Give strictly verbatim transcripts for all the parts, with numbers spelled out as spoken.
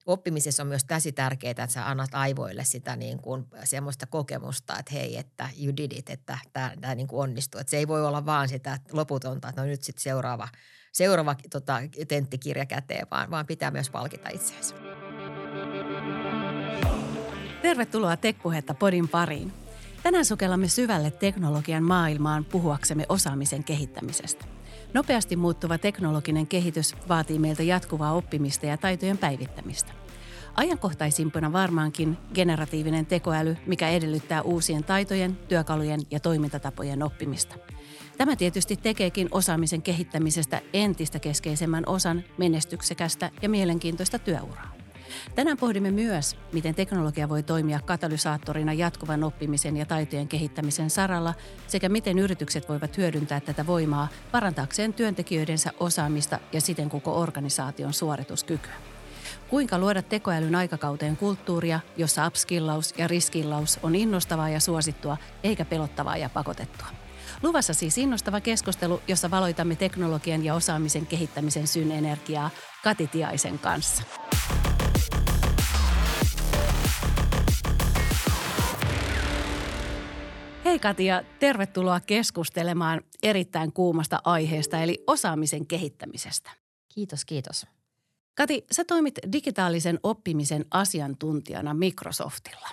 oppimisessa on myös täsi tärkeää, että sä annat aivoille sitä niin kuin semmoista kokemusta, että hei, että you did it, että tämä, tämä niin kuin onnistuu. Että se ei voi olla vaan sitä loputonta, että no nyt sitten seuraava, seuraava tota, tenttikirja käteen, vaan, vaan pitää myös palkita itseänsä. Tervetuloa Tech-puhetta podin pariin. Tänään sukellamme syvälle teknologian maailmaan puhuaksemme osaamisen kehittämisestä. Nopeasti muuttuva teknologinen kehitys vaatii meiltä jatkuvaa oppimista ja taitojen päivittämistä. Ajankohtaisimpana varmaankin generatiivinen tekoäly, mikä edellyttää uusien taitojen, työkalujen ja toimintatapojen oppimista. Tämä tietysti tekeekin osaamisen kehittämisestä entistä keskeisemmän osan menestyksekästä ja mielenkiintoista työuraa. Tänään pohdimme myös, miten teknologia voi toimia katalysaattorina jatkuvan oppimisen ja taitojen kehittämisen saralla sekä miten yritykset voivat hyödyntää tätä voimaa parantaakseen työntekijöidensä osaamista ja siten koko organisaation suorituskykyä. Kuinka luoda tekoälyn aikakauteen kulttuuria, jossa upskillaus ja riskillaus on innostavaa ja suosittua eikä pelottavaa ja pakotettua. Luvassa siis innostava keskustelu, jossa valoitamme teknologian ja osaamisen kehittämisen synergiaa Kati Tiaisen kanssa. Hei Kati ja tervetuloa keskustelemaan erittäin kuumasta aiheesta eli osaamisen kehittämisestä. Kiitos, kiitos. Kati, sä toimit digitaalisen oppimisen asiantuntijana Microsoftilla.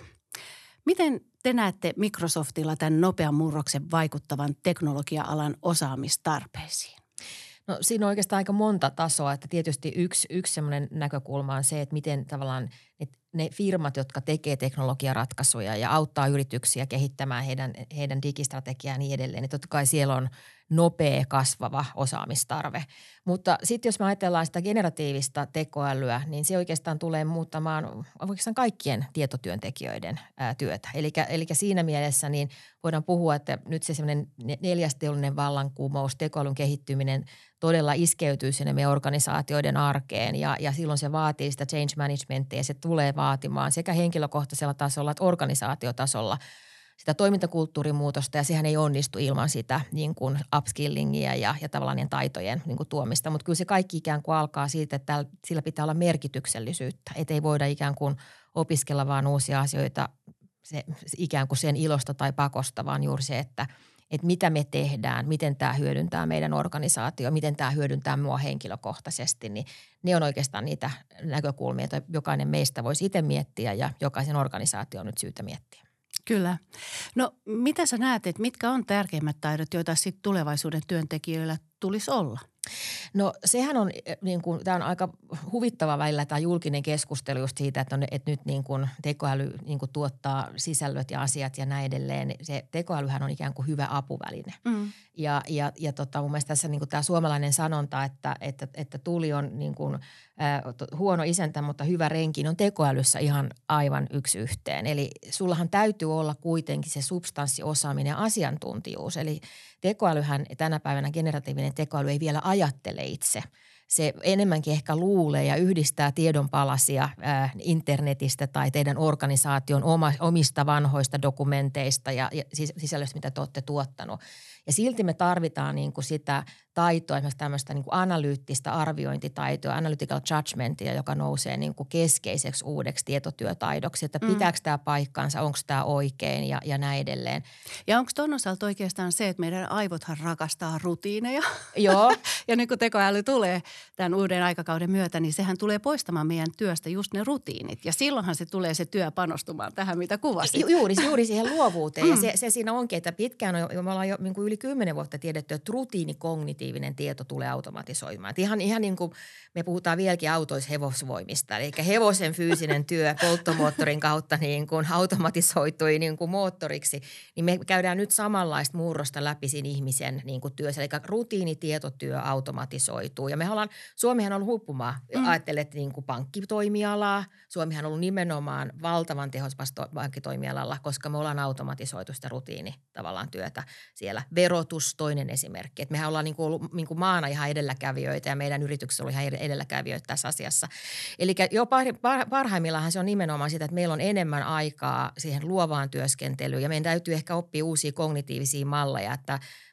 Miten te näette Microsoftilla tämän nopean murroksen vaikuttavan teknologia-alan osaamistarpeisiin? No siinä on oikeastaan aika monta tasoa, että tietysti yksi, yksi semmoinen näkökulma on se, että miten tavallaan ne, ne firmat, jotka tekee teknologiaratkaisuja ja auttaa yrityksiä kehittämään heidän, heidän digistrategiaa ja niin edelleen, niin totta kai siellä on nopea kasvava osaamistarve. Mutta sitten jos me ajatellaan sitä generatiivista tekoälyä, niin se oikeastaan tulee muuttamaan oikeastaan kaikkien tietotyöntekijöiden ää, työtä. Eli siinä mielessä niin voidaan puhua, että nyt se semmoinen neljäs teollinen vallankumous, tekoälyn kehittyminen todella iskeytyy sinne meidän organisaatioiden arkeen ja, ja silloin se vaatii sitä change managementia ja se tulee vaatimaan sekä henkilökohtaisella tasolla että organisaatiotasolla sitä toimintakulttuurimuutosta ja sehän ei onnistu ilman sitä niin kuin upskillingia ja, ja tavallaan niiden taitojen niin kuin tuomista. Mutta kyllä se kaikki ikään kuin alkaa siitä, että sillä pitää olla merkityksellisyyttä, että ei voida ikään kuin opiskella vaan uusia asioita se, ikään kuin sen ilosta tai pakosta, vaan juuri se, että että mitä me tehdään, miten tämä hyödyntää meidän organisaatio, miten tämä hyödyntää mua henkilökohtaisesti, niin ne on oikeastaan niitä näkökulmia, joita jokainen meistä voisi itse miettiä ja jokaisen organisaation on nyt syytä miettiä. Kyllä. No mitä sä näet, että mitkä on tärkeimmät taidot, joita sitten tulevaisuuden työntekijöillä tulisi olla? No sehän on, niin kuin, tämä on aika huvittava välillä tämä julkinen keskustelu just siitä, että, on, että nyt niin kuin tekoäly niin kuin tuottaa sisällöt ja asiat ja näin edelleen. Se tekoälyhän on ikään kuin hyvä apuväline. Mm. Ja, ja, ja tota, mun mielestä tässä niin kuin tämä suomalainen sanonta, että, että, että tuli on niin kuin, äh, huono isäntä, mutta hyvä renki, niin on tekoälyssä ihan aivan yksi yhteen. Eli sullahan täytyy olla kuitenkin se substanssiosaaminen ja asiantuntijuus. Eli tekoälyhän tänä päivänä generatiivinen tekoäly ei vielä ajattele itse. Se enemmänkin ehkä luulee ja yhdistää tiedonpalasia ää, internetistä tai teidän organisaation oma, omista vanhoista dokumenteista ja, ja sisällöstä, mitä te olette tuottanut. Ja silti me tarvitaan niin kuin sitä taitoa, esimerkiksi tämmöistä niin kuin analyyttistä arviointitaitoa, analytical judgmentia, joka nousee niin kuin keskeiseksi uudeksi tietotyötaidoksi, että mm. pitääkö tämä paikkansa, onko tämä oikein ja, ja näin edelleen. Ja onko tuon osalta oikeastaan se, että meidän aivothan rakastaa rutiineja? Joo. Ja nyt kun tekoäly tulee tämän uuden aikakauden myötä, niin sehän tulee poistamaan meidän työstä just ne rutiinit. Ja silloinhan se tulee se työ panostumaan tähän, mitä kuvasit. Ju, juuri, juuri siihen luovuuteen. Mm. Ja se, se siinä onkin, että pitkään on, me ollaan jo niin kuin yli kymmenen vuotta tiedetty, että rutiinikognitiivinen tieto tulee automatisoimaan. Että ihan, ihan niin kuin me puhutaan vieläkin autoishevosvoimista. Eli hevosen fyysinen työ polttomoottorin kautta niin kuin automatisoitui niin kuin moottoriksi. Niin me käydään nyt samanlaista murrosta läpi siinä ihmisen niin kuin työssä. Eli rutiinitietotyö automatisoituu. Ja me ollaan, Suomihan on ollut huippumaa. Mm. Ajattelet niin kuin pankkitoimialaa. Suomihan on ollut nimenomaan valtavan tehosvasta pankkitoimialalla, koska me ollaan automatisoitu sitä rutiini tavallaan työtä siellä. Verotus, toinen esimerkki. Että mehän ollaan niin kuin ollut niin kuin maana ihan edelläkävijöitä ja meidän yrityksessä on ihan edelläkävijöitä tässä asiassa. Eli jo parhaimmillaan se on nimenomaan sitä, että meillä on enemmän aikaa siihen luovaan työskentelyyn ja meidän täytyy ehkä oppia uusia kognitiivisia malleja, että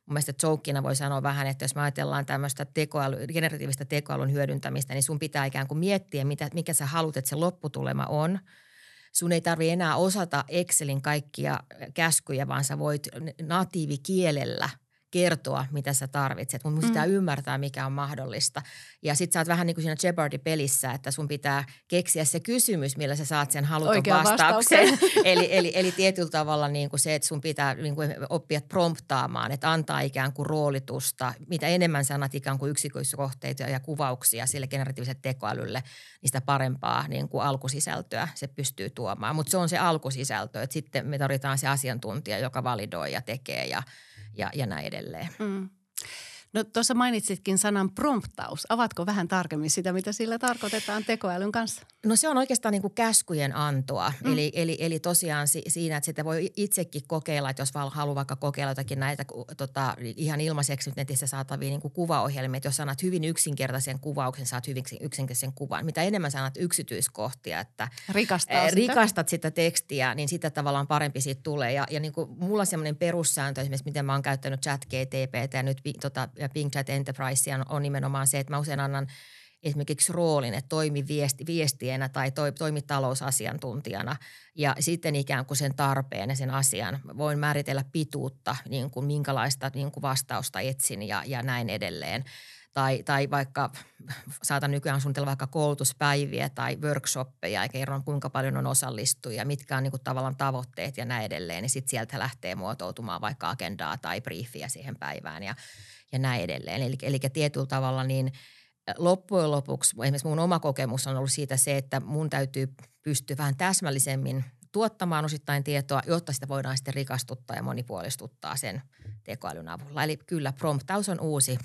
mun mielestä jokina voi sanoa vähän, että jos me ajatellaan tämmöistä tekoäly, generatiivista tekoälyn hyödyntämistä, niin sun pitää ikään kuin miettiä, mitä, mikä sä haluat, että se lopputulema on. Sun ei tarvitse enää osata Excelin kaikkia käskyjä, vaan sä voit natiivikielellä kertoa, mitä sä tarvitset, mutta mun pitää mm. ymmärtää, mikä on mahdollista. Ja sit sä oot vähän niin kuin siinä Jeopardy-pelissä, että sun pitää keksiä se kysymys, millä sä saat sen halutun Oikean vastauksen. eli, eli, eli tietyllä tavalla niin kuin se, että sun pitää niin kuin oppia promptaamaan, että antaa ikään kuin roolitusta. Mitä enemmän sä annat ikään kuin yksityiskohteita ja kuvauksia sille generatiiviselle tekoälylle, niin sitä parempaa niin kuin alkusisältöä se pystyy tuomaan. Mutta se on se alkusisältö, että sitten me tarvitaan se asiantuntija, joka validoi ja tekee ja Ja, ja näin edelleen. Mm. No tuossa mainitsitkin sanan promptaus. Avatko vähän tarkemmin sitä, mitä sillä tarkoitetaan tekoälyn kanssa? No se on oikeastaan niin kuin käskyjen antoa. Mm. Eli, eli, eli tosiaan si, siinä, että sitä voi itsekin kokeilla, että jos haluaa vaikka kokeilla jotakin näitä tota, ihan ilmaiseksi nyt netissä saatavia niin kuin kuvaohjelmia, että jos sanat hyvin yksinkertaisen kuvauksen, saat hyvin yksinkertaisen kuvan. Mitä enemmän sanat yksityiskohtia, että Rikastaa ää, sitä. rikastat sitä tekstiä, niin sitä tavallaan parempi siitä tulee. Ja, ja niin kuin mulla semmoinen perussääntö esimerkiksi, miten mä oon käyttänyt ChatGPT:tä ja nyt tota, ja Bing Chat Enterprise on, on nimenomaan se, että mä usein annan esimerkiksi roolin, että toimi viesti, viestienä tai toi, toimi talousasiantuntijana ja sitten ikään kuin sen tarpeen ja sen asian. Voin määritellä pituutta, niin kuin minkälaista niin kuin vastausta etsin ja, ja näin edelleen. Tai, tai vaikka saatan nykyään suunnitella vaikka koulutuspäiviä tai workshoppeja ja kerron kuinka paljon on osallistujia, mitkä on niin kuin tavallaan tavoitteet ja näin edelleen. Niin sitten sieltä lähtee muotoutumaan vaikka agendaa tai briefiä siihen päivään ja, ja näin edelleen. Eli, eli tietyllä tavalla niin loppujen lopuksi esimerkiksi mun oma kokemus on ollut siitä se, että mun täytyy pystyä vähän täsmällisemmin tuottamaan osittain tietoa, jotta sitä voidaan sitten rikastuttaa ja monipuolistuttaa sen tekoälyn avulla. Eli kyllä promptaus on uusi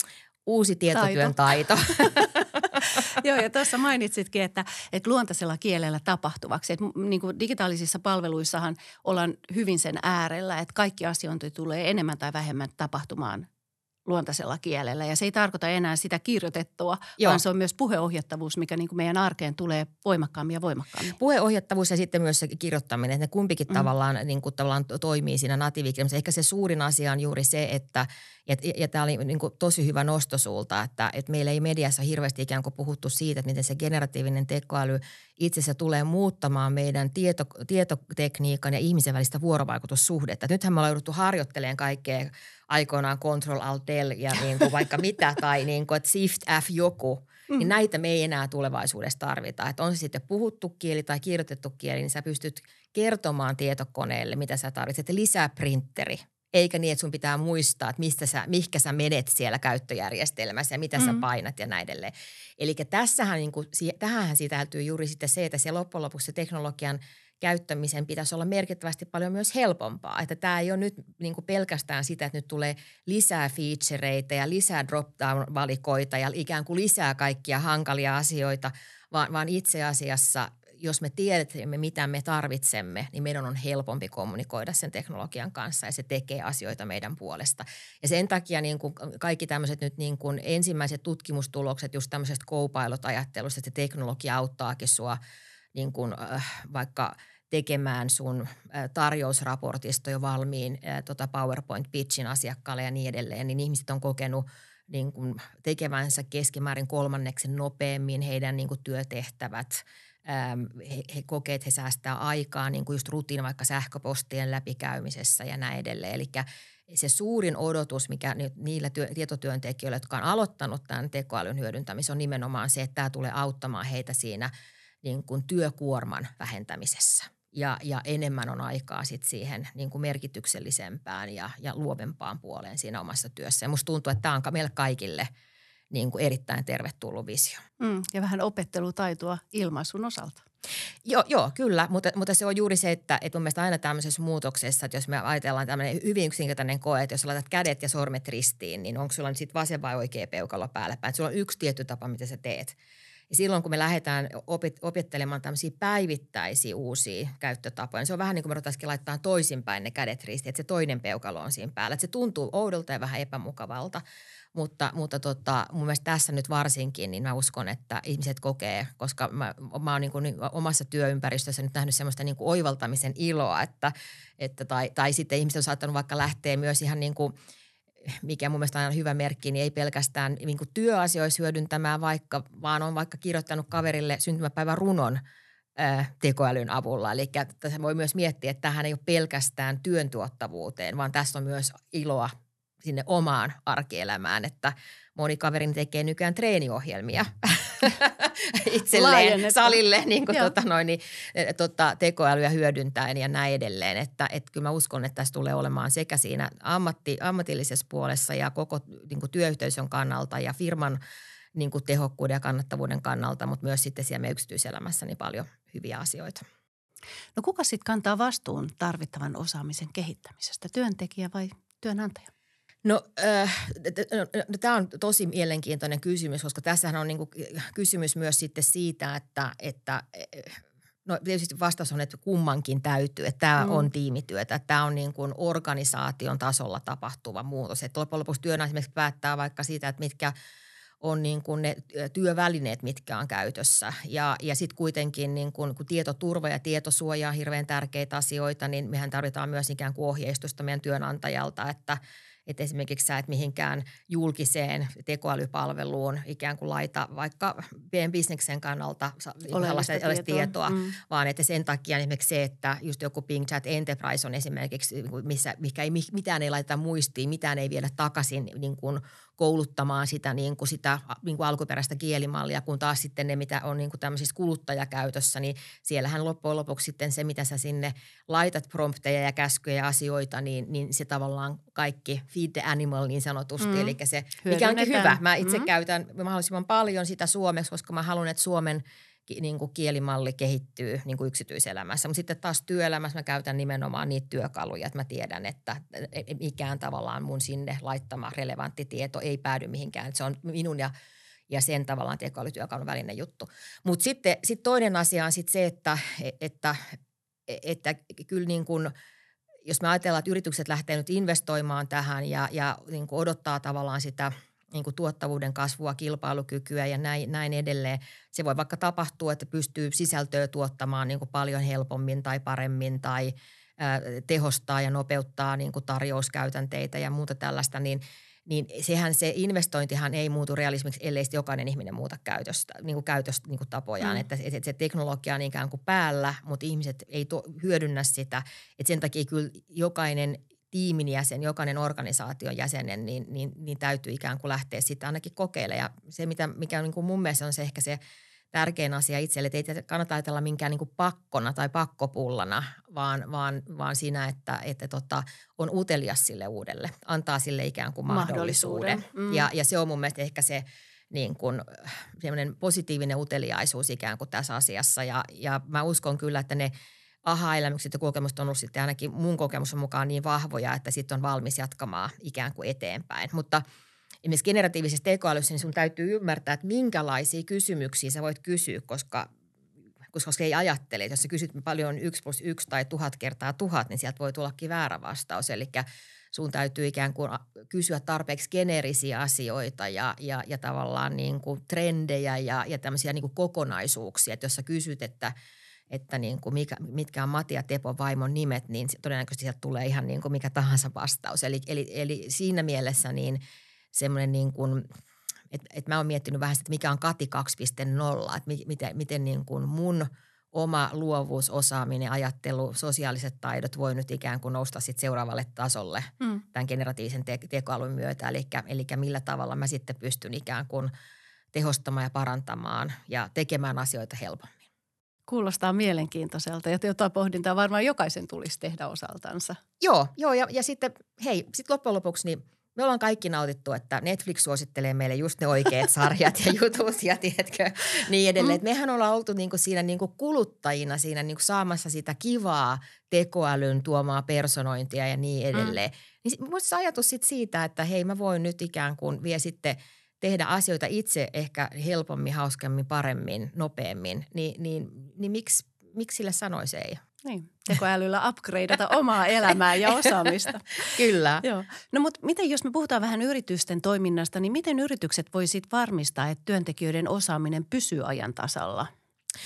Uusi tietotyön taito. taito. Joo, ja tuossa mainitsitkin, että, että luontaisella kielellä tapahtuvaksi. Että niin kuin digitaalisissa palveluissahan ollaan hyvin sen äärellä, että kaikki asiointi tulee enemmän tai vähemmän tapahtumaan luontaisella kielellä. Ja se ei tarkoita enää sitä kirjoitettua, Joo. vaan se on myös puheohjattavuus, mikä niin kuin meidän arkeen tulee voimakkaammin ja voimakkaammin. Puheohjattavuus ja sitten myös se kirjoittaminen, että ne kumpikin mm. tavallaan, niin kuin, tavallaan toimii siinä natiivikirjassa. Ehkä se suurin asia on juuri se, että ja, ja tämä oli niin kuin tosi hyvä nosto sulta, että, että meillä ei mediassa hirveästi ikään kuin puhuttu siitä, että miten se generatiivinen tekoäly itse asiassa tulee muuttamaan meidän tieto, tietotekniikan ja ihmisen välistä vuorovaikutussuhdetta. Nythän me ollaan jouduttu harjoittelemaan kaikkea aikoinaan Control Alt Del ja niin kuin vaikka mitä tai niin kuin, että Shift F joku. Mm. Niin näitä me ei enää tulevaisuudessa tarvita. Että on se sitten puhuttu kieli tai kirjoitettu kieli, niin sä pystyt kertomaan tietokoneelle, mitä sä tarvitset. Lisää printeri. Eikä niin, että sun pitää muistaa, että mistä sä, mihkä sä menet siellä käyttöjärjestelmässä ja mitä mm. sä painat ja näin edelleen. Eli tässähän, niin kuin, tähänhän sisältyy juuri sitten se, että se loppujen lopuksi se teknologian käyttämisen pitäisi olla merkittävästi paljon myös helpompaa. Että tämä ei ole nyt niin kuin pelkästään sitä, että nyt tulee lisää featureita ja lisää drop-down-valikoita ja ikään kuin lisää kaikkia hankalia asioita, vaan, vaan itse asiassa jos me tiedämme, mitä me tarvitsemme, niin meidän on helpompi kommunikoida sen teknologian kanssa ja se tekee asioita meidän puolesta. Ja sen takia niin kuin kaikki tämmöiset nyt niin kuin ensimmäiset tutkimustulokset just tämmöisestä co-pilot-ajattelusta, että se teknologia auttaakin sua niin kuin, äh, vaikka tekemään sun äh, tarjousraportista jo valmiin äh, tota PowerPoint-pitchin asiakkaalle ja niin edelleen, niin ihmiset on kokenut niin kuin tekevänsä keskimäärin kolmanneksen nopeammin heidän niin kuin työtehtävät. He, he kokee, että he säästää aikaa niin kuin just rutiina vaikka sähköpostien läpikäymisessä ja näin edelleen. Eli se suurin odotus, mikä nyt niillä työ, tietotyöntekijöillä, jotka on aloittanut tämän tekoälyn hyödyntämisen, on nimenomaan se, että tämä tulee auttamaan heitä siinä niin kuin työkuorman vähentämisessä. Ja, ja enemmän on aikaa sitten siihen niin kuin merkityksellisempään ja, ja luovempaan puoleen siinä omassa työssä. Ja musta tuntuu, että tämä on meille kaikille niin kuin erittäin tervetullut visio. Mm, ja vähän opettelutaitoa ilmaisun osalta. Joo, joo kyllä, mutta, mutta se on juuri se, että, että mun mielestä aina tämmöisessä muutoksessa, että jos me ajatellaan tämmöinen hyvin yksinkertainen koe, että jos sä laitat kädet ja sormet ristiin, niin onko sulla sitten vasen vai oikea peukalo päällä päin. Että sulla on yksi tietty tapa, mitä sä teet. Ja silloin, kun me lähdetään opet- opettelemaan tämmöisiä päivittäisiä uusia käyttötapoja, niin se on vähän niin kuin me ruvettaisikin laittaa toisinpäin ne kädet ristiin, että se toinen peukalo on siinä päällä. Että se tuntuu oudolta ja vähän epämukavalta. Mutta, mutta tota, mun mielestä tässä nyt varsinkin, niin mä uskon, että ihmiset kokee, koska mä, mä oon niin kuin omassa työympäristössä nyt nähnyt semmoista niin kuin oivaltamisen iloa, että, että tai, tai sitten ihmiset on saattanut vaikka lähteä myös ihan niin kuin mikä mun mielestä on aina hyvä merkki, niin ei pelkästään niin kuin työasioissa hyödyntämään vaikka, vaan on vaikka kirjoittanut kaverille syntymäpäivän runon ää, tekoälyn avulla. Eli tässä voi myös miettiä, että tämähän ei ole pelkästään työn tuottavuuteen, vaan tässä on myös iloa sinne omaan arkielämään, että moni kaverini tekee nykyään treeniohjelmia itselleen salille niin kuin tota noin, niin, tota, tekoälyä hyödyntäen ja näin edelleen. Että et kyllä mä uskon, että tässä tulee olemaan sekä siinä ammatti, ammatillisessa puolessa ja koko niin kuin työyhteisön kannalta ja firman niin kuin tehokkuuden ja kannattavuuden kannalta, mutta myös sitten siellä meidän yksityiselämässä niin paljon hyviä asioita. No kuka sitten kantaa vastuun tarvittavan osaamisen kehittämisestä, työntekijä vai työnantaja? No äh, tämä on tosi mielenkiintoinen kysymys, koska tässähän on niinku kysymys myös sitten siitä, että, että no tietysti vastaus on, että kummankin täytyy, että tämä mm. on tiimityötä, että tämä on niin kuin organisaation tasolla tapahtuva muutos. Että loppujen lopuksi työnantaja esimerkiksi päättää vaikka siitä, että mitkä on niin kuin ne työvälineet, mitkä on käytössä. Ja, ja sitten kuitenkin niin kuin, kun tietoturva ja tietosuoja on hirveän tärkeitä asioita, niin mehän tarvitaan myös ikään kuin ohjeistusta meidän työnantajalta, että Että esimerkiksi sä et mihinkään julkiseen tekoälypalveluun ikään kuin laita vaikka pienen bisneksen kannalta oleellista tietoa, tietoa mm. vaan että sen takia esimerkiksi se, että just joku Bing Chat Enterprise on esimerkiksi, missä, mikä ei, mitään ei laiteta muistiin, mitään ei viedä takaisin niin kuin kouluttamaan sitä, niin kuin sitä niin kuin alkuperäistä kielimallia, kun taas sitten ne, mitä on niin kuin tämmöisissä kuluttajakäytössä, niin siellähän loppujen lopuksi sitten se, mitä sä sinne laitat prompteja ja käskyjä ja asioita, niin, niin se tavallaan kaikki feed the animal niin sanotusti, mm. eli se, mikä onkin hyvä. Mä itse mm. käytän mahdollisimman paljon sitä suomeksi, koska mä haluan, että Suomen niin kuin kielimalli kehittyy niin kuin yksityiselämässä. Mutta sitten taas työelämässä mä käytän nimenomaan niitä työkaluja, että mä tiedän, että mikään tavallaan mun sinne laittama relevantti tieto ei päädy mihinkään. Että se on minun ja, ja sen tavallaan tekoälytyökalun välinen juttu. Mutta sitten sit toinen asia on sitten se, että, että, että, että kyllä niin kuin jos me ajatellaan, että yritykset lähtee nyt investoimaan tähän ja, ja niin kuin odottaa tavallaan sitä niin kuin tuottavuuden kasvua, kilpailukykyä ja näin, näin edelleen. Se voi vaikka tapahtua, että pystyy sisältöä tuottamaan niin kuin paljon helpommin tai paremmin tai ää, tehostaa ja nopeuttaa niin kuin tarjouskäytänteitä ja muuta tällaista, niin, niin sehän se investointihan ei muutu realismiksi, ellei jokainen ihminen muuta käytöstä, niin kuin käytöstä niin kuin tapojaan. Mm. Että, että se teknologia on ikään kuin päällä, mutta ihmiset ei to, hyödynnä sitä. Että sen takia kyllä jokainen tiimin jäsen, jokainen organisaation jäsenen, niin, niin, niin täytyy ikään kuin lähteä sitä ainakin kokeilemaan. Ja se, mitä, mikä on niin kuin mun mielestä on se ehkä se tärkein asia itselle, että ei kannata ajatella minkään niin kuin pakkona tai pakkopullana, vaan, vaan, vaan siinä, että, että tota, on utelias sille uudelle, antaa sille ikään kuin mahdollisuuden. mahdollisuuden. Mm. Ja, ja se on mun mielestä ehkä se niin kuin semmoinen positiivinen uteliaisuus ikään kuin tässä asiassa. Ja, ja mä uskon kyllä, että ne aha-elämykset ja kokemukset on ollut sitten ainakin mun kokemuksen mukaan niin vahvoja, että sitten on valmis jatkamaan ikään kuin eteenpäin. Mutta esimerkiksi generatiivisessa tekoälyssä niin sun täytyy ymmärtää, että minkälaisia kysymyksiä sä voit kysyä, koska, koska ei ajattele. Että jos sä kysyt paljon yksi plus yksi tai tuhat kertaa tuhat, niin sieltä voi tullakin väärä vastaus. Eli sun täytyy ikään kuin kysyä tarpeeksi geneerisiä asioita ja, ja, ja tavallaan niin kuin trendejä ja, ja tämmöisiä niin kuin kokonaisuuksia. Että jos sä kysyt, että että niin kuin mikä, mitkä on Mati ja Tepon vaimon nimet, niin todennäköisesti sieltä tulee ihan niin kuin mikä tahansa vastaus. Eli, eli, eli siinä mielessä niin semmoinen niin kuin, että, että mä oon miettinyt vähän sitä, että mikä on Kati kaksi piste nolla, että miten, miten niin kuin mun oma luovuus, osaaminen, ajattelu, sosiaaliset taidot voi nyt ikään kuin nousta sitten seuraavalle tasolle mm. tämän generatiivisen te- tekoälyn myötä. Eli, eli millä tavalla mä sitten pystyn ikään kuin tehostamaan ja parantamaan ja tekemään asioita helpommin. Kuulostaa mielenkiintoiselta ja jotain pohdintaa varmaan jokaisen tulisi tehdä osaltansa. Joo, joo ja, ja sitten hei, sitten loppujen lopuksi niin me ollaan kaikki nautittu, että Netflix suosittelee meille just ne oikeat sarjat ja jutut ja tiedätkö, niin edelleen. Mm. Mehän ollaan oltu niinku siinä niinku kuluttajina siinä niinku saamassa sitä kivaa tekoälyn tuomaa personointia ja niin edelleen. Mm. Niin musta se ajatus sit siitä, että hei mä voin nyt ikään kuin vielä sitten tehdä asioita itse ehkä helpommin, hauskemmin, paremmin, nopeammin, niin, niin, niin miksi, miksi sille sanoisi ei? Niin, tekoälyllä upgradeata omaa elämää ja osaamista. Kyllä. Joo. No mutta miten, jos me puhutaan vähän yritysten toiminnasta, niin miten yritykset voi sitten varmistaa, että työntekijöiden osaaminen pysyy ajan tasalla?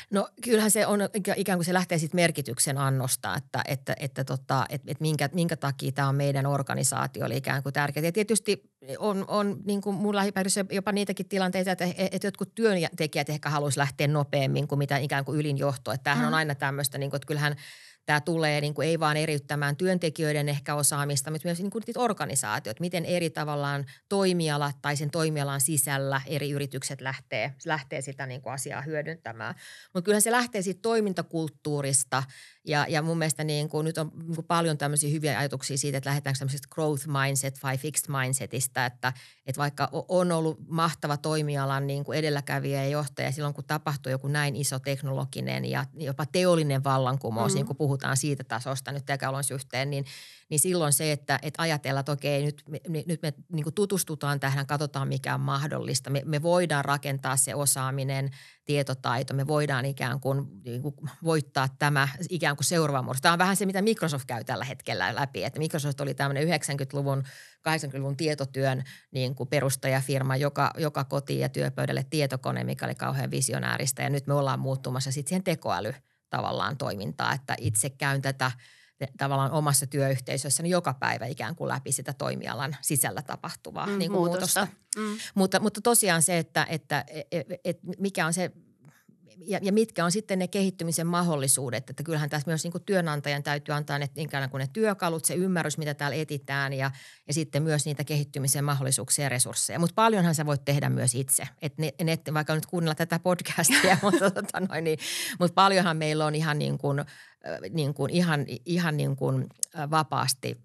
No kyllähän se on ikään kuin se lähtee siitä merkityksen annosta, että, että, että, tota, että, että minkä, minkä takia tämä on meidän organisaatiolle ikään kuin tärkeää. Ja tietysti on, on niin kuin mun lähipäivässä jopa niitäkin tilanteita, että, että jotkut työntekijät ehkä haluaisi lähteä nopeammin kuin mitä ikään kuin ylinjohto. Että tämähän mm. on aina tämmöistä, niin kuin, että kyllähän tämä tulee niin kuin ei vaan eriyttämään työntekijöiden ehkä osaamista, mutta myös niin kuin niitä organisaatiot, miten eri tavallaan toimialat tai sen toimialan sisällä eri yritykset lähtee, lähtee sitä niin kuin asiaa hyödyntämään. Mutta kyllähän se lähtee siitä toimintakulttuurista ja, ja mun mielestä niin kuin nyt on niin kuin paljon tämmöisiä hyviä ajatuksia siitä, että lähdetäänkö tämmöisestä growth mindset vai fixed mindsetistä, että, että vaikka on ollut mahtava toimialan niin kuin edelläkävijä ja johtaja silloin, kun tapahtuu joku näin iso teknologinen ja jopa teollinen vallankumous, mm-hmm. niin kuin puhutaan siitä tasosta nyt tekoälyn suhteen, niin, niin silloin se, että, että ajatellaan, että okei, nyt me, nyt me niin kuin tutustutaan tähän, katsotaan mikä on mahdollista. Me, me voidaan rakentaa se osaaminen, tietotaito, me voidaan ikään kuin, niin kuin voittaa tämä ikään kuin seuraava muodossa. Tämä on vähän se, mitä Microsoft käy tällä hetkellä läpi, että Microsoft oli tämmöinen yhdeksänkymmentäluvun, kahdeksankymmentäluvun tietotyön niin kuin perustajafirma, joka, joka kotiin ja työpöydälle tietokone, mikä oli kauhean visionääristä ja nyt me ollaan muuttumassa sitten siihen tekoäly tavallaan toimintaa, että itse käyn tätä tavallaan omassa työyhteisössäni joka päivä ikään kuin läpi sitä toimialan sisällä tapahtuvaa mm, niin kuin muutosta. muutosta. Mm. Mutta, mutta tosiaan se, että, että, että, että mikä on se ja, ja mitkä on sitten ne kehittymisen mahdollisuudet, että kyllähän tässä myös niin kuin työnantajan täytyy antaa ne, ikään kuin ne työkalut, se ymmärrys, mitä täällä etitään ja, ja sitten myös niitä kehittymisen mahdollisuuksia ja resursseja. Mutta paljonhan sä voit tehdä myös itse, että ne, ne, vaikka nyt kuunnella tätä podcastia, mutta, tota noin, niin, mutta paljonhan meillä on ihan niin kuin, niin kuin, ihan, ihan niin kuin vapaasti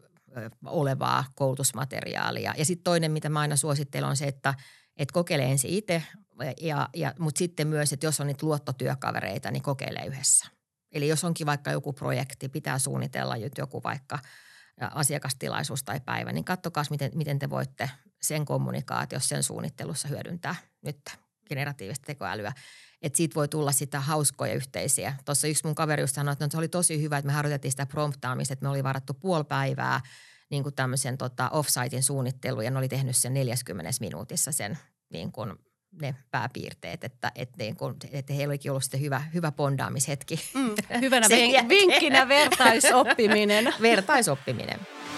olevaa koulutusmateriaalia. Ja sitten toinen, mitä mä aina suosittelen on se, että et kokeile ensin itse, ja, ja, mutta sitten myös, että jos on niitä luottotyökavereita, niin kokeile yhdessä. Eli jos onkin vaikka joku projekti, pitää suunnitella joku vaikka asiakastilaisuus tai päivä, niin katsokaa, miten, miten te voitte sen kommunikaatiossa, sen suunnittelussa hyödyntää nyt generatiivista tekoälyä. Että siitä voi tulla sitä hauskoja yhteisiä. Tuossa yksi mun kaveri just sanoi, että no, se oli tosi hyvä, että me harjoitettiin sitä promptaamista, että me oli varattu puoli päivää niin kuin tämmöisen tota, off-sitein suunnitteluun ja ne oli tehnyt sen neljäkymmentä minuutissa sen niin kuin ne pääpiirteet, että, että, niin kuin, että heillä olikin ollut sitten hyvä, hyvä bondaamishetki. Mm, hyvänä vink- vinkkinä vertaisoppiminen. Vertaisoppiminen.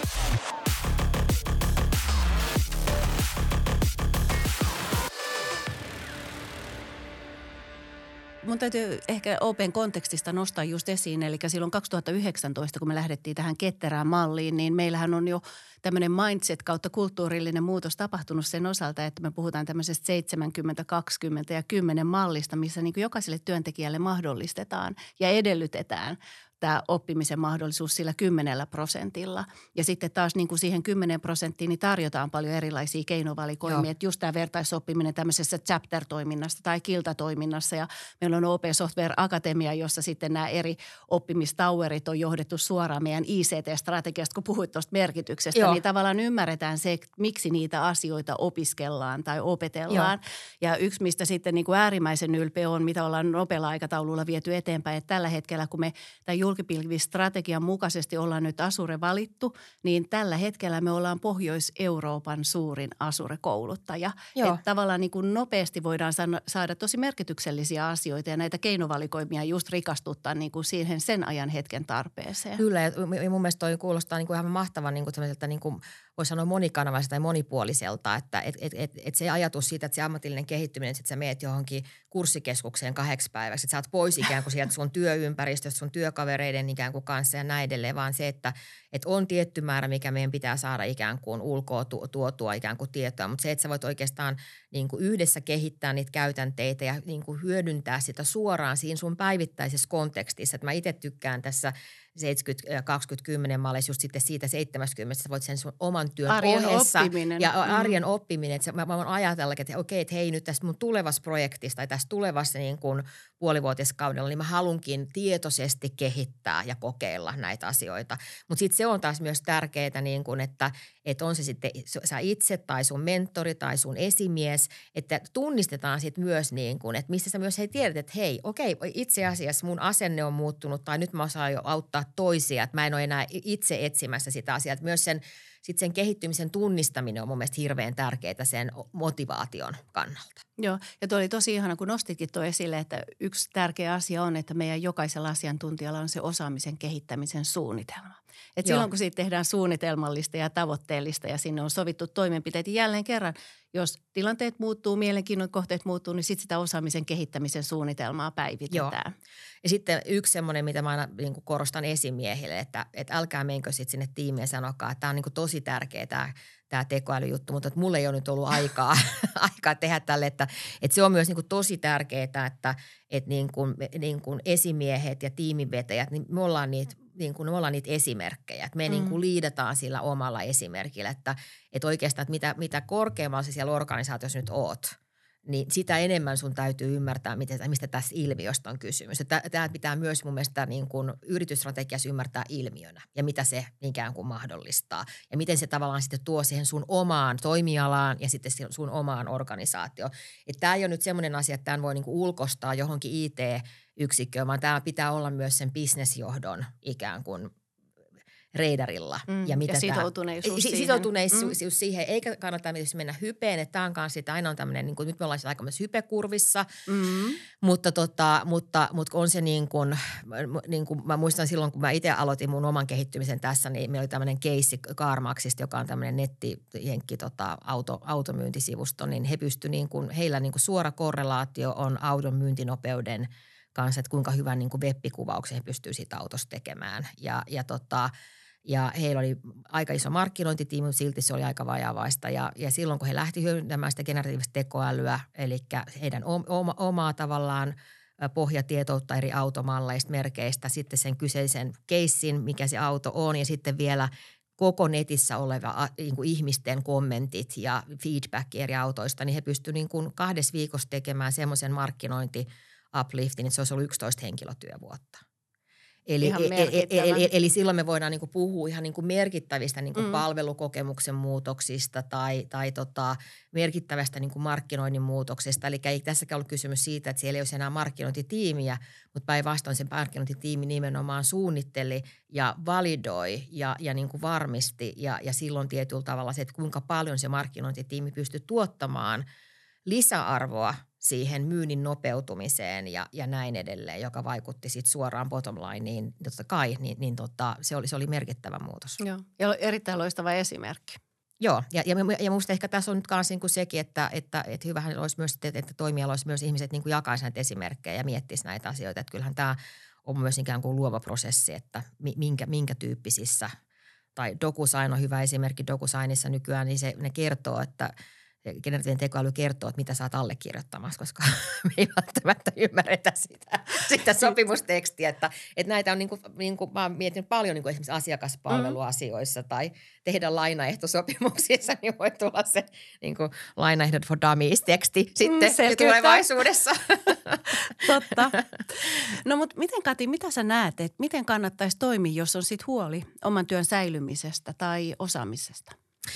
Mun täytyy ehkä Open kontekstista nostaa just esiin, eli silloin kaksituhattayhdeksäntoista, kun me lähdettiin tähän ketterään malliin, niin meillähän on jo tämmöinen mindset kautta kulttuurillinen muutos tapahtunut sen osalta, että me puhutaan tämmöisestä seitsemänkymmentä, kaksikymmentä ja kymmenen mallista, missä niin kuin jokaiselle työntekijälle mahdollistetaan ja edellytetään tämä oppimisen mahdollisuus sillä kymmenellä prosentilla. Ja sitten taas niin kuin siihen kymmenen prosenttiin niin tarjotaan paljon erilaisia keinovalikoimia. Että just tämä vertaisoppiminen tämmöisessä chapter-toiminnassa tai kiltatoiminnassa. Ja meillä on O P Software Akatemia, jossa sitten nämä eri oppimistauerit on johdettu suoraan meidän I C T-strategiasta, kun puhuit tuosta merkityksestä. Joo. Niin tavallaan ymmärretään se, miksi niitä asioita opiskellaan tai opetellaan. Joo. Ja yksi, mistä sitten niin kuin äärimmäisen ylpeä on, mitä ollaan nopealla aikataululla viety eteenpäin, että tällä hetkellä, kun me tämän julkipilvistrategian mukaisesti ollaan nyt Azure valittu, niin tällä hetkellä me ollaan Pohjois-Euroopan suurin Azure-kouluttaja. Että tavallaan niin kuin nopeasti voidaan saada tosi merkityksellisiä asioita ja näitä keinovalikoimia just rikastuttaa niin kuin siihen sen ajan hetken tarpeeseen. Kyllä ja mun mielestä toi kuulostaa niin kuin ihan mahtavan niin kuin sellaiselta niin kuin voisi sanoa monikanavaiselta tai monipuoliselta, että et, et, et, et se ajatus siitä, että se ammatillinen kehittyminen, että sä meet johonkin kurssikeskukseen kahdeksi päiväksi, että sä oot pois ikään kuin sieltä sun työympäristöstä, sun työkavereiden ikään kuin kanssa ja näin edelleen, vaan se, että et on tietty määrä, mikä meidän pitää saada ikään kuin ulkoa tuotua ikään kuin tietoa, mutta se, että sä voit oikeastaan niin kuin yhdessä kehittää niitä käytänteitä ja niin kuin hyödyntää sitä suoraan siinä sun päivittäisessä kontekstissa, että mä itse tykkään tässä seitsemänkymmentä kaksikymmentä kymmenen mallissa just sitten siitä seitsemänkymmentä, sä voit sen sun oman työn arjen ohessa oppiminen. ja arjen mm. oppiminen. Että mä, mä voin ajatella, että okei, että hei nyt tässä mun tulevassa projektissa tai tässä tulevassa niin kuin puolivuotiskaudella, niin mä halunkin tietoisesti kehittää ja kokeilla näitä asioita. Mutta sitten se on taas myös tärkeää, niin kuin, että, että on se sitten sä itse tai sun mentori tai sun esimies, että tunnistetaan sitten myös niin kuin, että mistä sä myös hei tiedät, että hei, okei, itse asiassa mun asenne on muuttunut tai nyt mä osaan jo auttaa toisia, että mä en ole enää itse etsimässä sitä asiaa, että myös sen sitten sen kehittymisen tunnistaminen on mun mielestä hirveän tärkeää sen motivaation kannalta. Joo, ja tuo oli tosi ihana, kun nostitkin tuo esille, että yksi tärkeä asia on, että meidän jokaisella asiantuntijalla on se osaamisen kehittämisen suunnitelma. Että silloin, kun siitä tehdään suunnitelmallista ja tavoitteellista ja sinne on sovittu toimenpiteet, jälleen kerran, jos tilanteet muuttuu, mielenkiinnon kohteet muuttuu, niin sitten sitä osaamisen kehittämisen suunnitelmaa päivitetään. Joo. Ja sitten yksi semmoinen, mitä mä aina niin kuin korostan esimiehille, että, että älkää menkö sitten sinne tiimiin ja sanokaa, että tämä on niin kuin tosi tärkeä tämä, tämä tekoälyjuttu, mutta että mulla ei ole nyt ollut aikaa, aikaa tehdä tälle, että, että se on myös niin kuin tosi tärkeää, että, että niin kuin, niin kuin esimiehet ja tiiminvetäjät, niin me ollaan niitä niin kuin me ollaan niitä esimerkkejä, että me mm. niin kuin liidataan sillä omalla esimerkillä, että, että oikeastaan, että mitä, mitä korkeammalla siellä organisaatiossa nyt oot, niin sitä enemmän sun täytyy ymmärtää, miten, mistä tässä ilmiöstä on kysymys. Tämä pitää myös mun mielestä niin kuin yritysstrategiassa ymmärtää ilmiönä ja mitä se ikään kuin mahdollistaa. Ja miten se tavallaan sitten tuo siihen sun omaan toimialaan ja sitten sun omaan organisaatioon. Että tämä ei ole nyt semmoinen asia, että tämän voi niin kuin ulkoistaa johonkin I T-yksikköön, vaan tämä pitää olla myös sen bisnesjohdon ikään kuin reidarilla. Mm, ja, mitä ja sitoutuneisuus tämä, siihen. Sitoutuneisuus mm. siihen. Eikä kannata mennä hypeen, että tämä on kanssa sitä, aina on tämmöinen, niin kuin, nyt me ollaan aika myös hypekurvissa, mm. mutta, tota, mutta, mutta on se niin kuin, niin kuin mä muistan silloin, kun mä itse aloitin mun oman kehittymisen tässä, niin meillä oli tämmöinen keissi CarMaxista, joka on tämmöinen nettijenkki tota, auto, automyyntisivusto, niin he pysty niin kuin, heillä niin kuin suora korrelaatio on auton myyntinopeuden kanssa, että kuinka hyvän niin kuin web-kuvauksen he pystyy siitä autosta tekemään. Ja, ja, tota, ja heillä oli aika iso markkinointitiimi, mutta silti se oli aika vajavaista. Ja, ja silloin, kun he lähti hyödyntämään sitä generatiivista tekoälyä, eli heidän oma, omaa tavallaan pohjatietoutta eri automalleista, merkeistä, sitten sen kyseisen keissin, mikä se auto on, ja sitten vielä koko netissä oleva niin kuin ihmisten kommentit ja feedback eri autoista, niin he pystyivät niin kuin kahdessa viikossa tekemään semmoisen markkinointi upliftin, että se olisi ollut yksitoista henkilötyövuotta. Eli, eli, eli, eli silloin me voidaan niinku puhua ihan niinku merkittävistä niinku mm. palvelukokemuksen muutoksista tai, tai tota, merkittävästä niinku markkinoinnin muutoksesta. Eli ei tässäkään ollut kysymys siitä, että siellä ei olisi enää markkinointitiimiä, mutta päinvastoin se markkinointitiimi nimenomaan suunnitteli ja validoi ja, ja niinku varmisti. Ja, ja silloin tietyllä tavalla se, että kuinka paljon se markkinointitiimi pystyy tuottamaan lisäarvoa siihen myynnin nopeutumiseen ja, ja näin edelleen, joka vaikutti sitten suoraan bottom lineen, totta kai, niin, niin tota, se, oli, se oli merkittävä muutos. Joo, ja erittäin loistava esimerkki. Joo, ja, ja, ja minusta ehkä tässä on nyt myös niin kuin sekin, että, että, että hyvähän olisi myös, että, että toimiala olisi myös ihmiset niin kuin jakaisi näitä esimerkkejä ja miettisivät näitä asioita. Että kyllähän tämä on myös ikään kuin luova prosessi, että minkä, minkä tyyppisissä, tai DocuSign on hyvä esimerkki DocuSignissa nykyään, niin se, ne kertoo, että generatiivinen tekoäly kertoo, että mitä sä oot allekirjoittamassa, koska me ei välttämättä ymmärretä sitä, sitä sopimustekstiä. Että, että näitä on niin kuin, niin kuin, mä oon miettinyt paljon niin kuin esimerkiksi asiakaspalveluasioissa mm. tai tehdä lainaehtosopimuksissa, niin voi tulla se niin kuin lainaehdot for dummies-teksti sitten mm, tulevaisuudessa. Totta. No mutta miten Kati, mitä sä näet, että miten kannattaisi toimia, jos on sit huoli oman työn säilymisestä tai osaamisesta?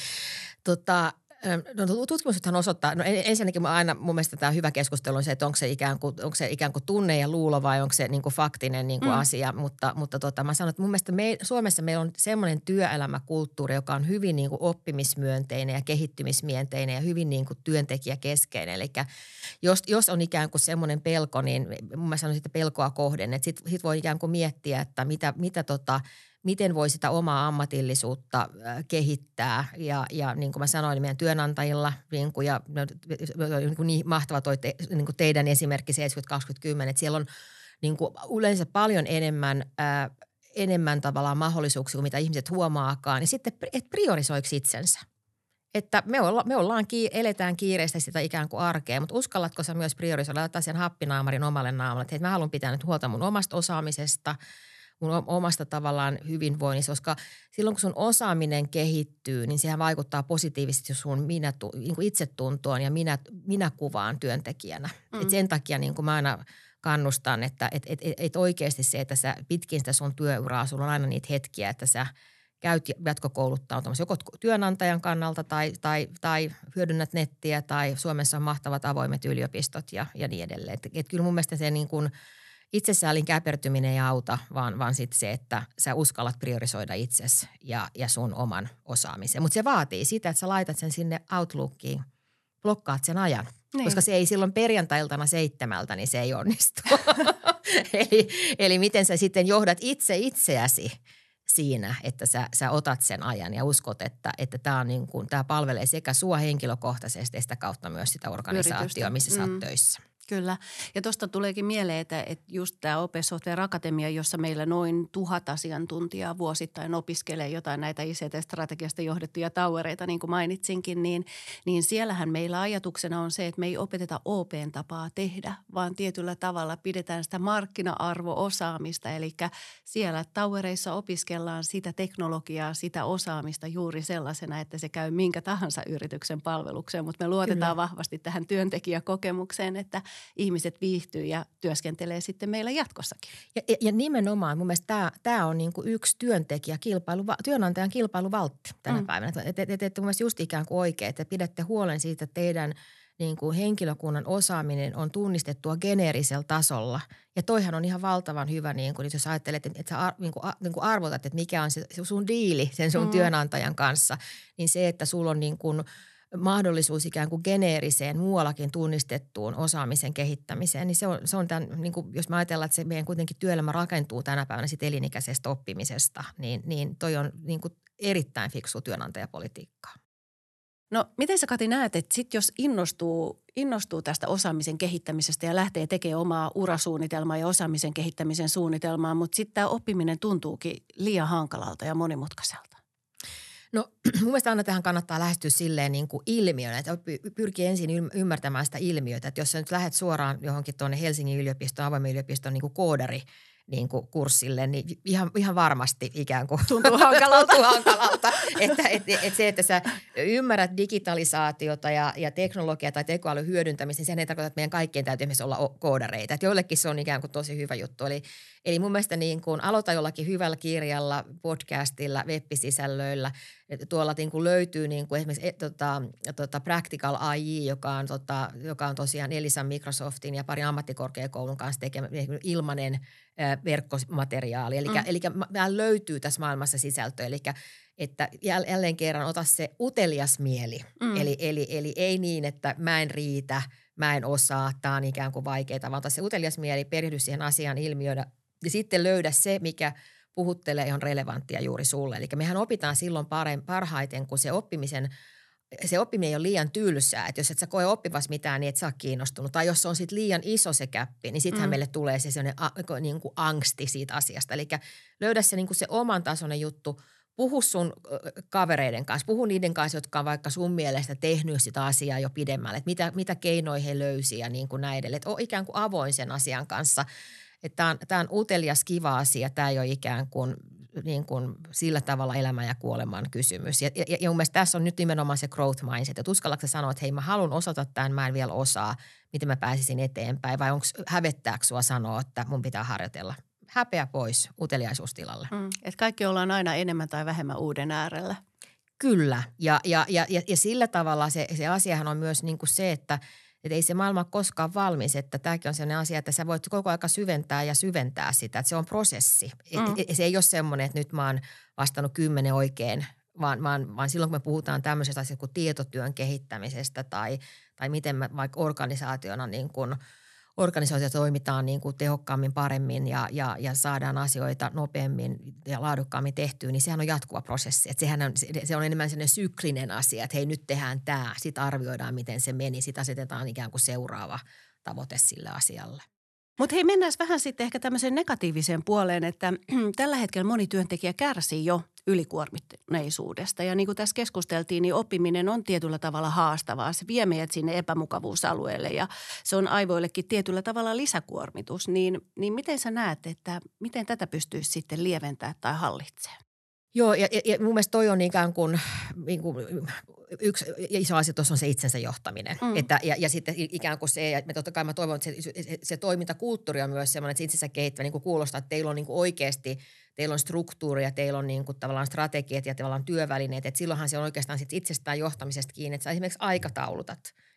Tota... No, tutkimushan osoittaa, no ensinnäkin aina mun mielestä tämä hyvä keskustelu on se, että onko se ikään kuin, onko se ikään kuin tunne ja luulo vai onko se niin kuin faktinen niin kuin mm. asia, mutta, mutta tota, mä sanon, että mun mielestä me, Suomessa meillä on semmoinen työelämäkulttuuri, joka on hyvin niin kuin oppimismyönteinen ja kehittymismyönteinen ja hyvin niin kuin työntekijäkeskeinen, eli jos, jos on ikään kuin semmoinen pelko, niin mä sanon sitä pelkoa kohden, että sit, sit voi ikään kuin miettiä, että mitä, mitä tota, miten voi sitä omaa ammatillisuutta kehittää ja, ja niin kuin mä sanoin, niin meidän työnantajilla niin kuin, ja niin, kuin niin mahtava toi te, niin kuin teidän esimerkki seitsemänkymmentä kaksikymmentä, että siellä on niin kuin yleensä paljon enemmän, ää, enemmän tavallaan mahdollisuuksia kuin mitä ihmiset huomaakaan. Ja sitten, että priorisoiko itsensä. Että me, olla, me ollaan, eletään kiireistä sitä ikään kuin arkea, mutta uskallatko sä myös priorisoida, laittaa sen happinaamarin omalle naamalle, että hei, mä haluan pitää nyt huolta mun omasta osaamisesta, mun omasta tavallaan hyvinvoinnista, koska silloin kun sun osaaminen kehittyy, niin sehän vaikuttaa positiivisesti sun minä, niin kuin itsetuntoon ja minä, minäkuvaan työntekijänä. Mm. Et sen takia niin kuin mä aina kannustan, että et, et, et oikeasti se, että sä pitkin sitä sun työuraa, sulla on aina niitä hetkiä, että sä käyt jatkokouluttautumassa joko työnantajan kannalta tai, tai, tai hyödynnät nettiä tai Suomessa on mahtavat avoimet yliopistot ja, ja niin edelleen. Et, et kyllä mun mielestä se niin kuin itsessäälin käpertyminen ei auta, vaan, vaan sitten se, että sä uskallat priorisoida itsesi ja, ja sun oman osaamisen. Mutta se vaatii sitä, että sä laitat sen sinne Outlookiin, blokkaat sen ajan. Niin. Koska se ei silloin perjantailtana seitsemältä, niin se ei onnistu. eli, eli miten sä sitten johdat itse itseäsi siinä, että sä, sä otat sen ajan ja uskot, että, että tämä niin kuin, tää palvelee sekä sua henkilökohtaisesti ja sitä kautta myös sitä organisaatiota, missä sä oot mm. töissä. Kyllä. Ja tuosta tuleekin mieleen, että, että just tämä Open Software Akatemia, jossa meillä noin tuhat asiantuntijaa vuosittain opiskelee jotain näitä I C T-strategiasta johdettuja towereita, niin kuin mainitsinkin, niin, niin siellähän meillä ajatuksena on se, että me ei opeteta Open tapaa tehdä, vaan tietyllä tavalla pidetään sitä markkina-arvo-osaamista. Eli siellä towereissa opiskellaan sitä teknologiaa, sitä osaamista juuri sellaisena, että se käy minkä tahansa yrityksen palvelukseen, mutta me luotetaan Kyllä. vahvasti tähän työntekijäkokemukseen, että ihmiset viihtyy ja työskentelee sitten meillä jatkossakin. Ja, ja nimenomaan mun mielestä tämä, tämä on niin kuin yksi työntekijä kilpailu, työnantajan kilpailuvaltti tänä mm. päivänä. Te teette mun mielestä just ikään kuin oikein, että pidätte huolen siitä, että teidän niin kuin henkilökunnan osaaminen on tunnistettua geneerisellä tasolla. Ja toihan on ihan valtavan hyvä, niin kuin, jos ajattelet, että, että sä ar, niin kuin, niin kuin arvotat, että mikä on se sun diili sen sun mm. työnantajan kanssa, niin se, että sulla on niin kuin mahdollisuus ikään kuin geneeriseen, muuallakin tunnistettuun osaamisen kehittämiseen, niin se on, se on tämän, niin kuin, jos me ajatellaan, että se meidän kuitenkin työelämä rakentuu tänä päivänä sit elinikäisestä oppimisesta, niin, niin toi on niin kuin erittäin fiksu työnantajapolitiikkaa. No miten sä Kati näet, että sit jos innostuu, innostuu tästä osaamisen kehittämisestä ja lähtee tekemään omaa urasuunnitelmaa ja osaamisen kehittämisen suunnitelmaa, mutta sitten tämä oppiminen tuntuukin liian hankalalta ja monimutkaiselta? No mun mielestä aina tähän kannattaa lähestyä silleen niin kuin ilmiönä, että pyrkii ensin ymmärtämään sitä ilmiötä, että jos sä nyt lähdet suoraan johonkin tuonne Helsingin yliopiston, avoimen yliopiston niin kuin koodari niin kuin kurssille, niin ihan, ihan varmasti ikään kuin tuntuu hankalalta. tuntuu hankalalta. että, et, et se, että sä ymmärrät digitalisaatiota ja, ja teknologiaa tai tekoälyn hyödyntämistä, niin sehän ei tarkoita, että meidän kaikkien täytyy esimerkiksi olla koodareita. Että joillekin se on ikään kuin tosi hyvä juttu. Eli, eli mun mielestä niin kuin aloita jollakin hyvällä kirjalla, podcastilla, web-sisällöillä. Tuolla niin kuin löytyy niin kuin esimerkiksi et, tota, tota Practical A I, joka on, tota, joka on tosiaan Elisan, Microsoftin ja pari ammattikorkeakoulun kanssa tekemä ilmainen verkkomateriaali. Eli, mm. eli meillä löytyy tässä maailmassa sisältöä. Eli että jälleen kerran ota se utelias mieli. Mm. Eli, eli, eli ei niin, että mä en riitä, mä en osaa, tämä on ikään kuin vaikeaa, vaan ota se utelias mieli, perehdy siihen asiaan ilmiöidä ja sitten löydä se, mikä puhuttelee ihan relevanttia juuri sulle. Eli mehän opitaan silloin parhaiten, kun se oppimisen se oppiminen ei ole liian tylsää, että jos et sä koe oppivas mitään, niin et sä ole kiinnostunut. Tai jos se on sitten liian iso se käppi, niin sittenhän mm. meille tulee se sellainen a, niin kuin angsti siitä asiasta. Eli löydä se, niin kuin se oman tasoinen juttu, puhu sun kavereiden kanssa, puhu niiden kanssa, jotka on vaikka sun mielestä tehnyt sitä asiaa jo pidemmälle, että mitä, mitä keinoja he löysi ja niin kuin näin edelleen. Että ole ikään kuin avoin sen asian kanssa. Että tämä on, tämä on utelias, kiva asia, tämä ei ole ikään kuin niin kuin sillä tavalla elämän ja kuoleman kysymys. Ja, ja, ja mun mielestä tässä on nyt nimenomaan se growth mindset, että uskallatko sanoa, että hei mä haluan osata tämän, mä en vielä osaa, miten mä pääsisin eteenpäin vai onko hävettääkö sua sanoa, että mun pitää harjoitella. Häpeä pois uteliaisuustilalle. Mm, että kaikki ollaan aina enemmän tai vähemmän uuden äärellä. Kyllä ja, ja, ja, ja, ja sillä tavalla se, se asiahan on myös niin kuin se, että Että ei se maailma ole koskaan valmis, että tämäkin on sellainen asia, että sä voit koko aika syventää ja syventää sitä, että se on prosessi. Mm. Et, et, se ei ole semmoinen, että nyt mä oon vastannut kymmenen oikein, vaan, vaan, vaan silloin kun me puhutaan tämmöisestä asiasta kuin tietotyön kehittämisestä tai, tai miten me vaikka organisaationa niin kuin organisaatio toimitaan niin kuin tehokkaammin, paremmin ja, ja, ja saadaan asioita nopeammin ja laadukkaammin tehtyä, niin sehän on jatkuva prosessi. Että sehän on, se on enemmän sellainen syklinen asia, että hei nyt tehdään tämä, sitten arvioidaan miten se meni, sitten asetetaan ikään kuin seuraava tavoite sille asialle. Mutta hei, mennään vähän sitten ehkä tämmöiseen negatiiviseen puoleen, että tällä hetkellä moni työntekijä kärsii jo ylikuormittuneisuudesta. Ja niin kuin tässä keskusteltiin, niin oppiminen on tietyllä tavalla haastavaa. Se vie meidät sinne epämukavuusalueelle ja se on aivoillekin tietyllä tavalla lisäkuormitus. Niin, niin miten sä näet, että miten tätä pystyisi sitten lieventämään tai hallitsemaan? Joo, ja, ja mun mielestä toi on ikään kuin, niin kuin yksi iso asia tuossa on se itsensä johtaminen. Mm. Että, ja, ja sitten ikään kuin se, että totta kai mä toivon, että se, se, se toimintakulttuuri on myös semmoinen, että se itsensä kehittävä niin kuin kuulostaa, että teillä on niin kuin oikeasti, teillä on struktuuri ja teillä on niin kuin tavallaan strategiat ja tavallaan työvälineet. Että silloinhan se on oikeastaan sit itsestään johtamisesta kiinni, että sä esimerkiksi aikataulutat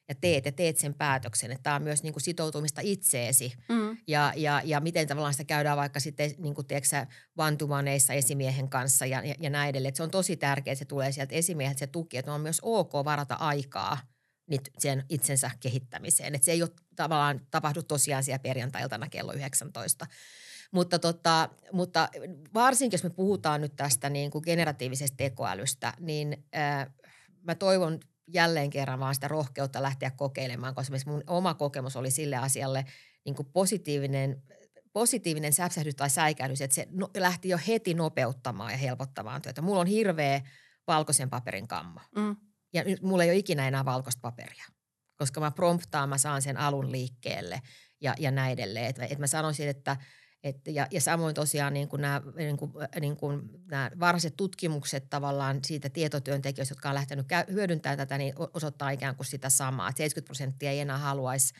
ja teet ja teet sen päätöksen. Että tämä on myös niin kuin sitoutumista itseesi mm. ja, ja, ja miten tavallaan sitä käydään vaikka sitten niin kuin tiedätkö, vantumaneissa esimiehen kanssa ja, ja, ja näin edelleen. Että se on tosi tärkeää, että se tulee sieltä esimieheltä se tuki, että on myös ok varata aikaa nyt sen itsensä kehittämiseen. Että se ei ole tavallaan tapahdu tosiaan siellä perjantai-iltana kello yhdeksäntoista. Mutta, tota, mutta varsinkin, jos me puhutaan nyt tästä niin kuin generatiivisesta tekoälystä, niin ää, mä toivon jälleen kerran vaan sitä rohkeutta lähteä kokeilemaan, koska mun oma kokemus oli sille asialle niin kuin positiivinen, positiivinen säpsähdys tai säikähdys, että se no, lähti jo heti nopeuttamaan ja helpottamaan työtä. Mulla on hirveä valkoisen paperin kammo. Mm. Ja nyt mulla ei ole ikinä enää valkoista paperia, koska mä promptaan, mä saan sen alun liikkeelle ja, ja näin edelleen. Että et mä sanoisin, että et, ja, ja samoin tosiaan niin kuin nämä, niin kuin, niin kuin nämä varhaiset tutkimukset tavallaan siitä tietotyöntekijöistä, jotka on lähtenyt hyödyntämään tätä, niin osoittaa ikään kuin sitä samaa. Että seitsemänkymmentä prosenttia ei enää haluaisi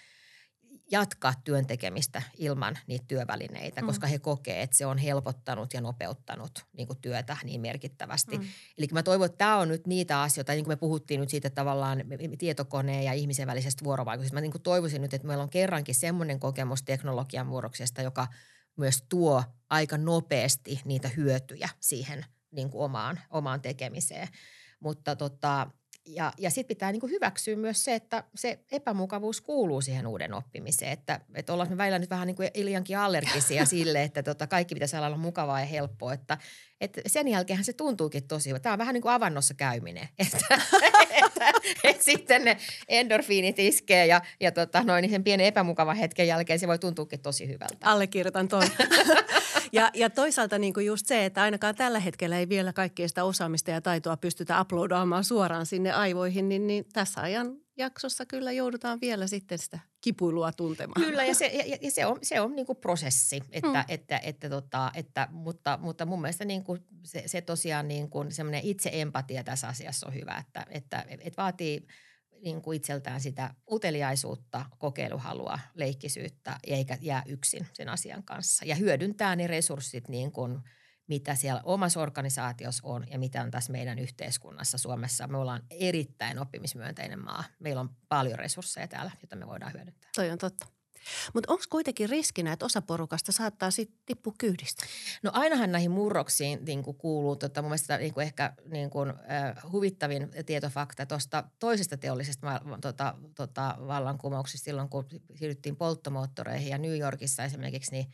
jatkaa työn tekemistä ilman niitä työvälineitä, mm. koska he kokee, että se on helpottanut ja nopeuttanut niin kuin työtä niin merkittävästi. Mm. Eli mä toivon, että tämä on nyt niitä asioita, niin kuin me puhuttiin nyt siitä tavallaan tietokoneen ja ihmisen välisestä vuorovaikutuksesta. Mä niin kuin toivoisin nyt, että meillä on kerrankin semmoinen kokemus teknologian murroksesta, joka myös tuo aika nopeasti niitä hyötyjä siihen niin kuin omaan, omaan tekemiseen. Mutta tota, ja, ja sitten pitää niin kuin hyväksyä myös se, että se epämukavuus kuuluu siihen uuden oppimiseen. Että, että ollaan me välillä nyt vähän niin kuin liiankin allergisia sille, että tota kaikki pitäisi olla mukavaa ja helppoa. Että, että sen jälkeenhän se tuntuukin tosi hyvä. Tämä on vähän niin kuin avannossa käyminen. Että, että, että sitten ne endorfiinit iskee ja, ja tota noin, niin sen pienen epämukavan hetken jälkeen se voi tuntuukin tosi hyvältä. Allekirjoitan ton. Ja, ja toisaalta niin kuin just se, että ainakaan tällä hetkellä ei vielä kaikkea sitä osaamista ja taitoa pystytä uploadaamaan suoraan sinne aivoihin, niin, niin tässä ajan jaksossa kyllä joudutaan vielä sitten sitä kipuilua tuntemaan. Kyllä, ja se, ja, ja se on, se on niin kuin prosessi, että, mm. että, että, että, tota, että, mutta, mutta mun mielestä niin kuin se, se tosiaan niin kuin semmoinen itse-empatia tässä asiassa on hyvä, että, että, että vaatii niin kuin itseltään sitä uteliaisuutta, kokeiluhalua, leikkisyyttä eikä jää yksin sen asian kanssa. Ja hyödyntää ne resurssit niin kuin mitä siellä omassa organisaatiossa on ja mitä on tässä meidän yhteiskunnassa Suomessa. Me ollaan erittäin oppimismyönteinen maa. Meillä on paljon resursseja täällä, joita me voidaan hyödyntää. Toi on totta. Mutta onko kuitenkin riskinä, että osa porukasta saattaa sitten tippua kyydistä? No ainahan näihin murroksiin niin kuin kuuluu tota, mun mielestä niin kuin ehkä niin kuin, äh, huvittavin tietofakta tuosta toisesta teollisesta tota, tota, vallankumouksesta silloin, kun siirryttiin polttomoottoreihin ja New Yorkissa esimerkiksi, niin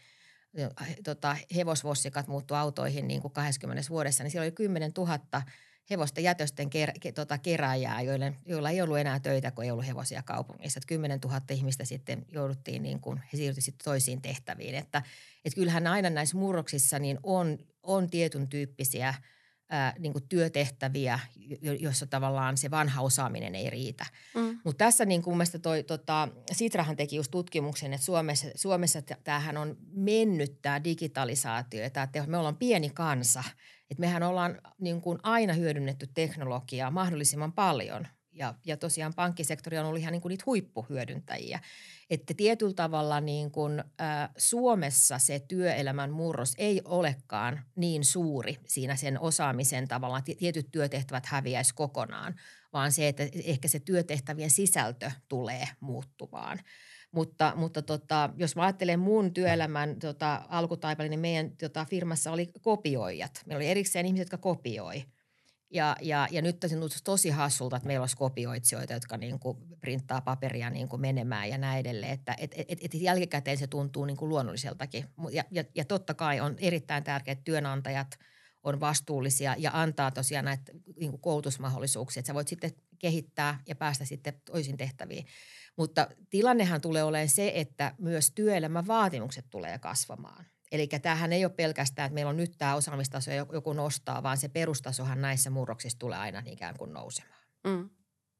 tota, hevosvossikat muuttu autoihin niin kuin kahdessakymmenessä vuodessa, niin siellä oli kymmenen tuhatta hevosten jätösten ker, ke, tota, keräjää, joille, joilla ei ollut enää töitä, kun ei ollut hevosia kaupungissa. kymmenen tuhatta ihmistä sitten jouduttiin, niin kuin, he siirtyi sitten toisiin tehtäviin. Että et kyllähän aina näissä murroksissa niin on, on tietyn tyyppisiä ää, niin kuin työtehtäviä, joissa tavallaan se vanha osaaminen ei riitä. Mm. Mutta tässä niin kuin mun mielestä toi, tota, Sitrahan teki just tutkimuksen, että Suomessa, Suomessa tämähän on mennyt tämä digitalisaatio ja tää, me ollaan pieni kansa. Että mehän ollaan niin kuin aina hyödynnetty teknologiaa mahdollisimman paljon ja, ja tosiaan pankkisektori on ollut ihan niin kuin niitä huippuhyödyntäjiä. Että tietyllä tavalla niin kuin, ä, Suomessa se työelämän murros ei olekaan niin suuri siinä sen osaamisen tavalla. Tietyt työtehtävät häviäisi kokonaan, vaan se, että ehkä se työtehtävien sisältö tulee muuttumaan. Mutta, mutta tota, jos mä ajattelen mun työelämän tota, alkutaipale, niin meidän tota, firmassa oli kopioijat. Meillä oli erikseen ihmiset, jotka kopioi. Ja, ja, ja nyt tuntuu tosi hassulta, että meillä olisi kopioitsijoita, jotka niin kuin printtaa paperia niin kuin menemään ja näin edelleen. Että et, et, et jälkikäteen se tuntuu niin kuin luonnolliseltakin. Ja, ja, ja totta kai on erittäin tärkeää, että työnantajat on vastuullisia ja antaa tosiaan näitä niin kuin koulutusmahdollisuuksia. Että sä voit sitten kehittää ja päästä sitten toisiin tehtäviin. Mutta tilannehan tulee olemaan se, että myös työelämän vaatimukset tulee kasvamaan. Eli tämähän ei ole pelkästään, että meillä on nyt tämä osaamistaso joku nostaa, vaan se perustasohan näissä murroksissa tulee aina ikään kuin nousemaan. Mm.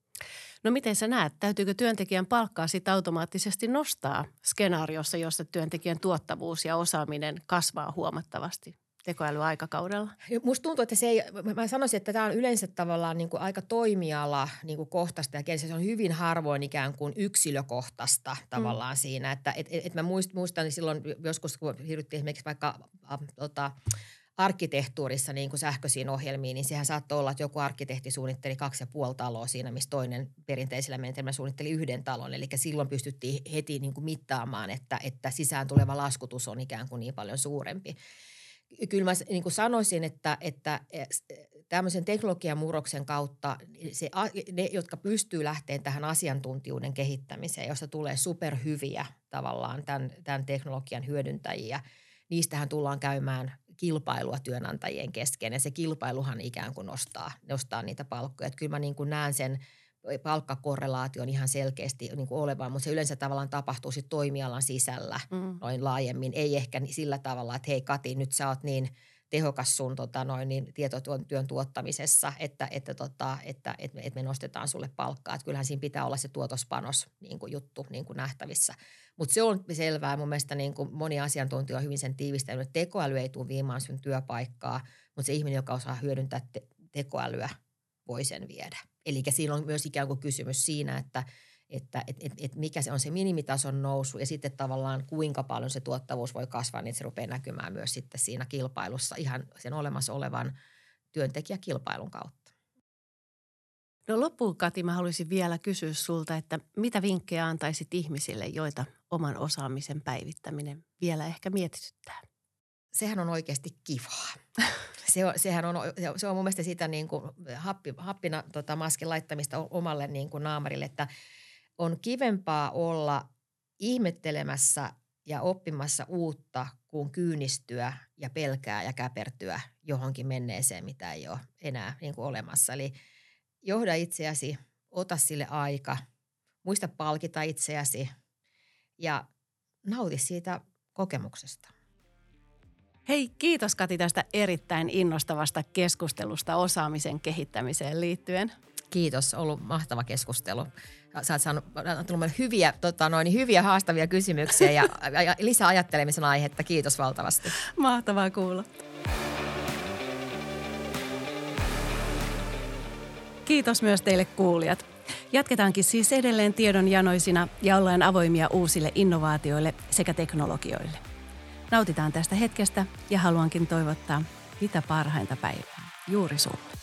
No miten sä näet, täytyykö työntekijän palkkaa sitten automaattisesti nostaa skenaariossa, jossa työntekijän tuottavuus ja osaaminen kasvaa huomattavasti tekoälyaikakaudella? Musta tuntuu, että se ei, mä sanoisin, että tämä on yleensä tavallaan niin kuin aika toimiala niin kuin kohtaista ja se on hyvin harvoin ikään kuin yksilökohtaista tavallaan mm. siinä. Että et, et mä muistan silloin joskus, kun siirryttiin esimerkiksi vaikka ä, tota, arkkitehtuurissa niin kuin sähköisiin ohjelmiin, niin sehän saattoi olla, että joku arkkitehti suunnitteli kaksi ja puoli taloa siinä, missä toinen perinteisellä menetelmällä suunnitteli yhden talon. Eli silloin pystyttiin heti niin kuin mittaamaan, että, että sisään tuleva laskutus on ikään kuin niin paljon suurempi. Kyllä mä niin kuin sanoisin, että, että tämmöisen teknologian murroksen kautta se, ne, jotka pystyy lähteen tähän asiantuntijuuden kehittämiseen, josta tulee superhyviä tavallaan tämän, tämän teknologian hyödyntäjiä, niistähän tullaan käymään kilpailua työnantajien kesken ja se kilpailuhan ikään kuin nostaa, nostaa niitä palkkoja. Että kyllä mä niin kuin näen sen palkkakorrelaation ihan selkeästi niin kuin olevan, mutta se yleensä tavallaan tapahtuu sitten toimialan sisällä mm. noin laajemmin. Ei ehkä sillä tavalla, että hei Kati, nyt sä oot niin tehokas sun tota, noin, niin tietotyön tuottamisessa, että, että, tota, että, että, että me nostetaan sulle palkkaa. Että kyllähän siinä pitää olla se tuotospanos niin kuin juttu niin kuin nähtävissä. Mutta se on selvää. Mun mielestä niin kuin moni asiantuntija on hyvin sen tiivistänyt, että tekoäly ei tule viimaan sun työpaikkaa, mutta se ihminen, joka osaa hyödyntää te- tekoälyä, voi sen viedä. Eli siinä on myös ikään kuin kysymys siinä, että, että et, et, et mikä se on se minimitason nousu ja sitten tavallaan kuinka paljon se tuottavuus voi kasvaa, niin se rupeaa näkymään myös sitten siinä kilpailussa ihan sen olemassa olevan työntekijäkilpailun kautta. No loppuun, Kati, mä haluaisin vielä kysyä sulta, että mitä vinkkejä antaisit ihmisille, joita oman osaamisen päivittäminen vielä ehkä mietityttää? Sehän on oikeasti kivaa. Se on, sehän on, se on mun mielestä sitä niin kuin happi, happina tota maskin laittamista omalle niin kuin naamarille, että on kivempaa olla ihmettelemässä ja oppimassa uutta kuin kyynistyä ja pelkää ja käpertyä johonkin menneeseen, mitä ei ole enää niin kuin olemassa. Eli johda itseäsi, ota sille aika, muista palkita itseäsi ja nauti siitä kokemuksesta. Hei, kiitos Kati tästä erittäin innostavasta keskustelusta osaamisen kehittämiseen liittyen. Kiitos, ollut mahtava keskustelu. Sä oot saanut meille hyviä, tota noin, hyviä haastavia kysymyksiä ja, ja lisää ajattelemisen aihetta. Kiitos valtavasti. Mahtavaa kuulla. Kiitos myös teille kuulijat. Jatketaankin siis edelleen tiedonjanoisina ja ollaan avoimia uusille innovaatioille sekä teknologioille. Nautitaan tästä hetkestä ja haluankin toivottaa mitä parhainta päivää juuri sulle.